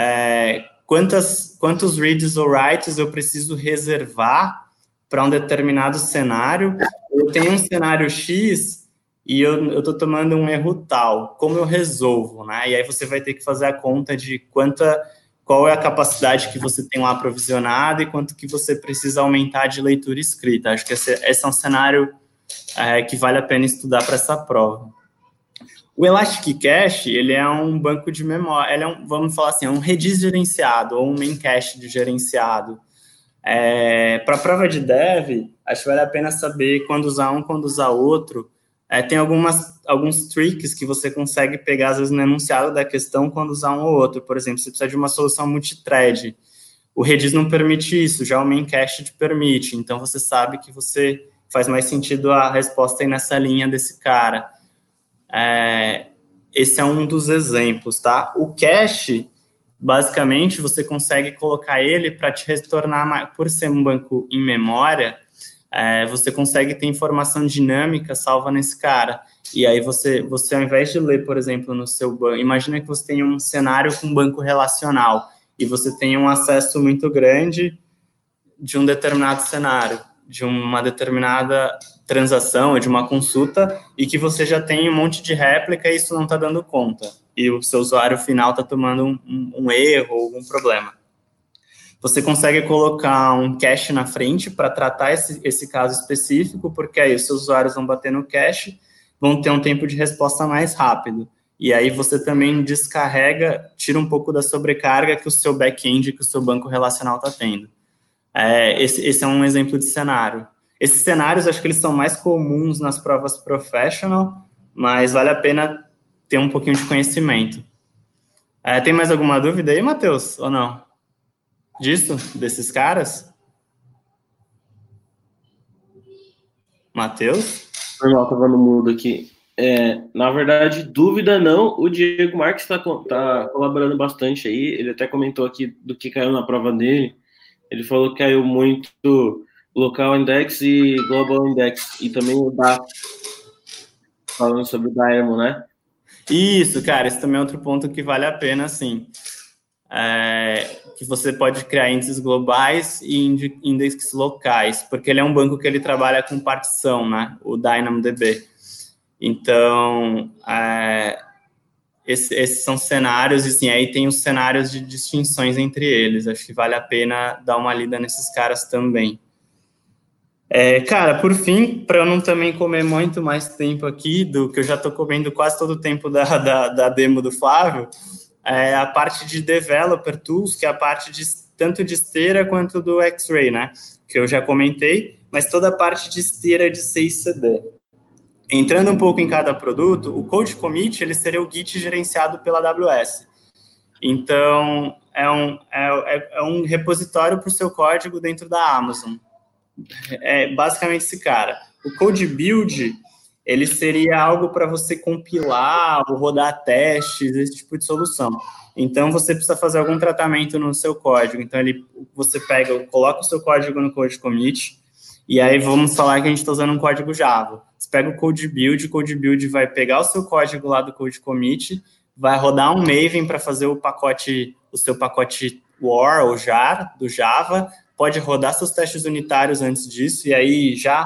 quantos reads ou writes eu preciso reservar para um determinado cenário. Eu tenho um cenário X e eu estou tomando um erro tal, como eu resolvo, né? E aí você vai ter que fazer a conta de qual é a capacidade que você tem lá aprovisionada e quanto que você precisa aumentar de leitura escrita. Acho que esse é um cenário que vale a pena estudar para essa prova. O Elastic Cache, ele é um banco de memória, ele é vamos falar assim, um Redis gerenciado, ou um Memcache de gerenciado. Para a prova de dev, acho que vale a pena saber quando usar um, quando usar outro. Tem alguns tricks que você consegue pegar, às vezes, no enunciado da questão quando usar um ou outro. Por exemplo, você precisa de uma solução multithread. O Redis não permite isso, já o Memcache te permite. Então, você sabe que faz mais sentido a resposta aí nessa linha desse cara. Esse é um dos exemplos, tá? O cache, basicamente, você consegue colocar ele para te retornar, por ser um banco em memória, você consegue ter informação dinâmica salva nesse cara. E aí você ao invés de ler, por exemplo, no seu banco, imagina que você tem um cenário com banco relacional e você tem um acesso muito grande de um determinado cenário, de uma determinada transação, de uma consulta, e que você já tem um monte de réplica e isso não está dando conta. E o seu usuário final está tomando um erro ou algum problema. Você consegue colocar um cache na frente para tratar esse caso específico, porque aí os seus usuários vão bater no cache, vão ter um tempo de resposta mais rápido. E aí você também tira um pouco da sobrecarga que o seu back-end, que o seu banco relacional está tendo. Esse é um exemplo de cenário. Esses cenários, acho que eles são mais comuns nas provas professional, mas vale a pena ter um pouquinho de conhecimento. Tem mais alguma dúvida aí, Matheus, ou não? Desses caras? Matheus? Normal, estava no mudo aqui. Na verdade, dúvida não. O Diego Marques está colaborando bastante aí. Ele até comentou aqui do que caiu na prova dele. Ele falou que caiu muito Local Index e Global Index. E também o DAF, falando sobre o Dynamo, né? Isso, cara. Esse também é outro ponto que vale a pena, sim. Que você pode criar índices globais e índices locais, porque ele é um banco que ele trabalha com partição, né? O DynamoDB. Então, esses são cenários, e assim, aí tem os cenários de distinções entre eles. Acho que vale a pena dar uma lida nesses caras também. Cara, por fim, para eu não também comer muito mais tempo aqui, do que eu já estou comendo quase todo o tempo da demo do Flávio, a parte de Developer Tools, que é a parte tanto de esteira quanto do X-Ray, né? Que eu já comentei, mas toda a parte de esteira de CI/CD. Entrando um pouco em cada produto, o Code Commit, ele seria o Git gerenciado pela AWS. Então, é um repositório para o seu código dentro da Amazon. Basicamente esse cara. O Code Build, ele seria algo para você compilar ou rodar testes, esse tipo de solução. Então, você precisa fazer algum tratamento no seu código. Então, você coloca o seu código no Code Commit, e aí vamos falar que a gente está usando um código Java. Você pega o Code Build vai pegar o seu código lá do Code Commit, vai rodar um Maven para fazer o seu pacote WAR ou JAR do Java, pode rodar seus testes unitários antes disso, e aí já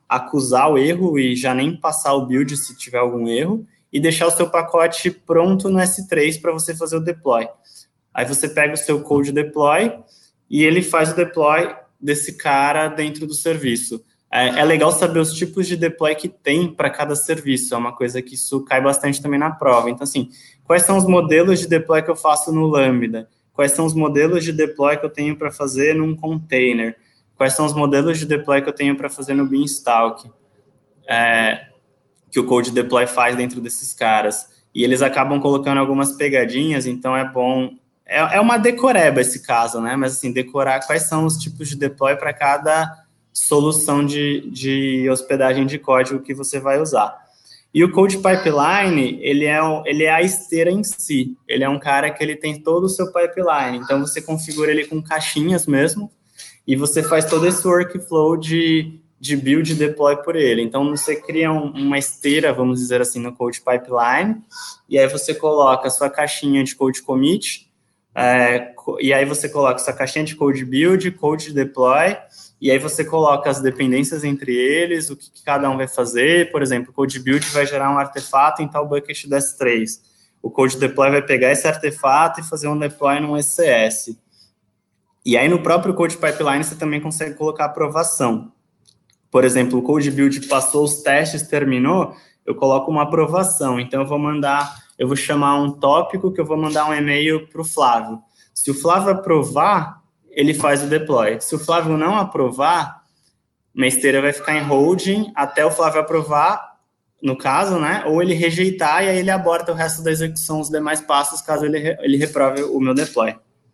acusar o erro e já nem passar o build se tiver algum erro, e deixar o seu pacote pronto no S3 para você fazer o deploy. Aí você pega o seu code deploy e ele faz o deploy desse cara dentro do serviço. É legal saber os tipos de deploy que tem para cada serviço, é uma coisa que isso cai bastante também na prova. Então, assim, quais são os modelos de deploy que eu faço no Lambda? Quais são os modelos de deploy que eu tenho para fazer num container? Quais são os modelos de deploy que eu tenho para fazer no Beanstalk? Que o code deploy faz dentro desses caras. E eles acabam colocando algumas pegadinhas, então é bom... É uma decoreba esse caso, né? Mas, assim, decorar quais são os tipos de deploy para cada solução de hospedagem de código que você vai usar. E o Code Pipeline, ele é a esteira em si. Ele é um cara que ele tem todo o seu pipeline. Então, você configura ele com caixinhas mesmo, e você faz todo esse workflow de build e deploy por ele. Então, você cria uma esteira, vamos dizer assim, no Code Pipeline, e aí você coloca a sua caixinha de Code Commit, e aí você coloca sua caixinha de Code Build, Code Deploy, e aí você coloca as dependências entre eles, o que cada um vai fazer. Por exemplo, o Code Build vai gerar um artefato em tal bucket do S3. O Code Deploy vai pegar esse artefato e fazer um deploy num ECS. E aí, no próprio Code Pipeline, você também consegue colocar aprovação. Por exemplo, o Code Build passou os testes, terminou, eu coloco uma aprovação. Então, eu vou chamar um tópico que eu vou mandar um e-mail para o Flávio. Se o Flávio aprovar, ele faz o deploy. Se o Flávio não aprovar, minha esteira vai ficar em holding até o Flávio aprovar, no caso, né? Ou ele rejeitar e aí ele aborta o resto da execução, os demais passos, caso ele reprove o meu deploy.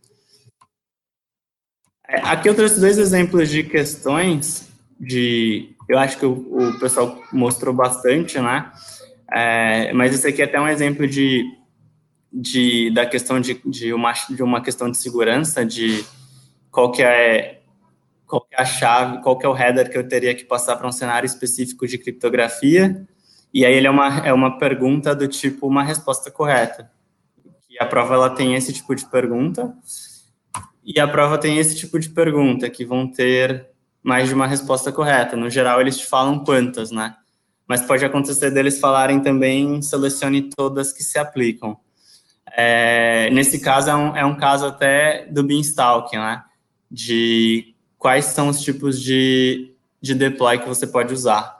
Aqui eu trouxe 2 exemplos de questões eu acho que o pessoal mostrou bastante, né? Mas esse aqui é até um exemplo da questão de uma questão de segurança, de qual que é a chave, qual que é o header que eu teria que passar para um cenário específico de criptografia, e aí ele é uma pergunta do tipo uma resposta correta. E a prova ela tem esse tipo de pergunta, e a prova tem esse tipo de pergunta, que vão ter mais de uma resposta correta. No geral, eles te falam quantas, né? Mas pode acontecer deles falarem também, selecione todas que se aplicam. Nesse caso, é um caso até do Beanstalk, né? De quais são os tipos de deploy que você pode usar.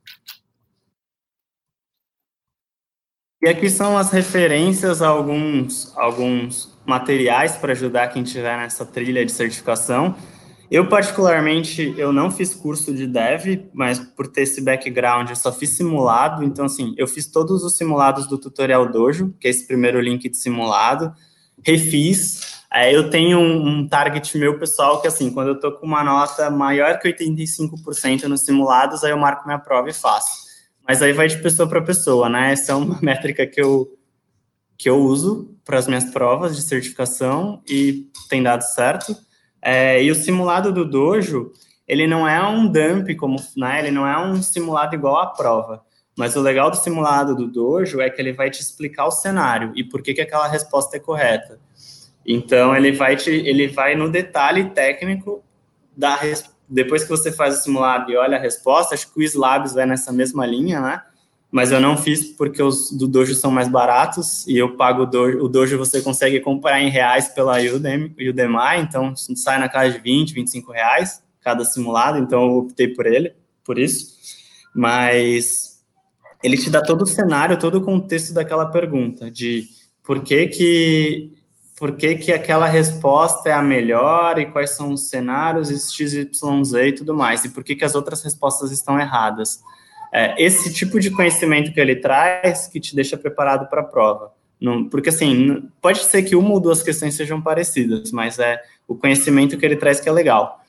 E aqui são as referências a alguns materiais para ajudar quem estiver nessa trilha de certificação. Eu, particularmente, eu não fiz curso de dev, mas por ter esse background, eu só fiz simulado. Então, assim, eu fiz todos os simulados do Tutorial Dojo, que é esse primeiro link de simulado, refiz. Eu tenho um target meu pessoal que, assim, quando eu tô com uma nota maior que 85% nos simulados, aí eu marco minha prova e faço. Mas aí vai de pessoa para pessoa, né? Essa é uma métrica que eu uso para as minhas provas de certificação e tem dado certo. E o simulado do Dojo, ele não é um dump, né? Ele não é um simulado igual à prova. Mas o legal do simulado do Dojo é que ele vai te explicar o cenário e por que aquela resposta é correta. Então, ele vai no detalhe técnico depois que você faz o simulado e olha a resposta. Acho que o Slabs vai nessa mesma linha, né? Mas eu não fiz porque os do Dojo são mais baratos e eu pago o Dojo você consegue comprar em reais pela Udemy, então sai na casa de 20, 25 reais cada simulado, então eu optei por isso. Mas ele te dá todo o cenário, todo o contexto daquela pergunta, de por que aquela resposta é a melhor e quais são os cenários, XYZ e tudo mais, e por que as outras respostas estão erradas. Esse tipo de conhecimento que ele traz que te deixa preparado para a prova. Porque, assim, pode ser que uma ou duas questões sejam parecidas, mas é o conhecimento que ele traz que é legal.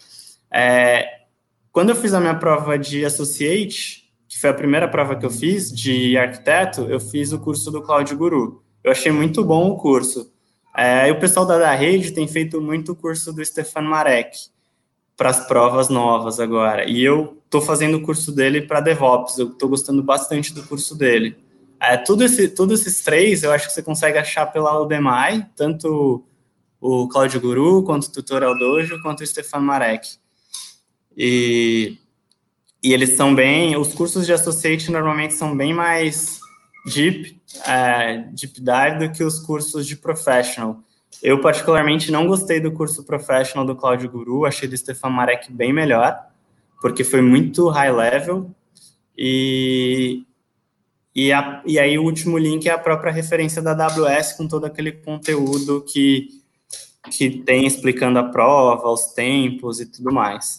Quando eu fiz a minha prova de Associate, que foi a primeira prova que eu fiz de arquiteto, eu fiz o curso do Cloud Guru. Eu achei muito bom o curso. E o pessoal da rede tem feito muito o curso do Stefan Marek para as provas novas agora. E eu estou fazendo o curso dele para DevOps. Eu estou gostando bastante do curso dele. Todos esses 3, eu acho que você consegue achar pela Udemy, tanto o Cloud Guru, quanto o Tutorial Dojo, quanto o Stefan Marek. E E eles são os cursos de Associate normalmente são bem mais deep dive do que os cursos de Professional. Eu, particularmente, não gostei do curso Professional do Cloud Guru, achei do Stefan Marek bem melhor, porque foi muito high level, e aí o último link é a própria referência da AWS com todo aquele conteúdo que tem explicando a prova, os tempos e tudo mais.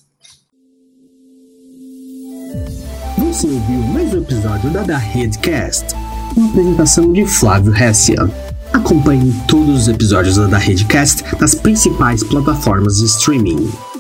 Você ouviu mais um episódio da Redcast, uma apresentação de Flávio Hessian. Acompanhe todos os episódios da Redcast nas principais plataformas de streaming.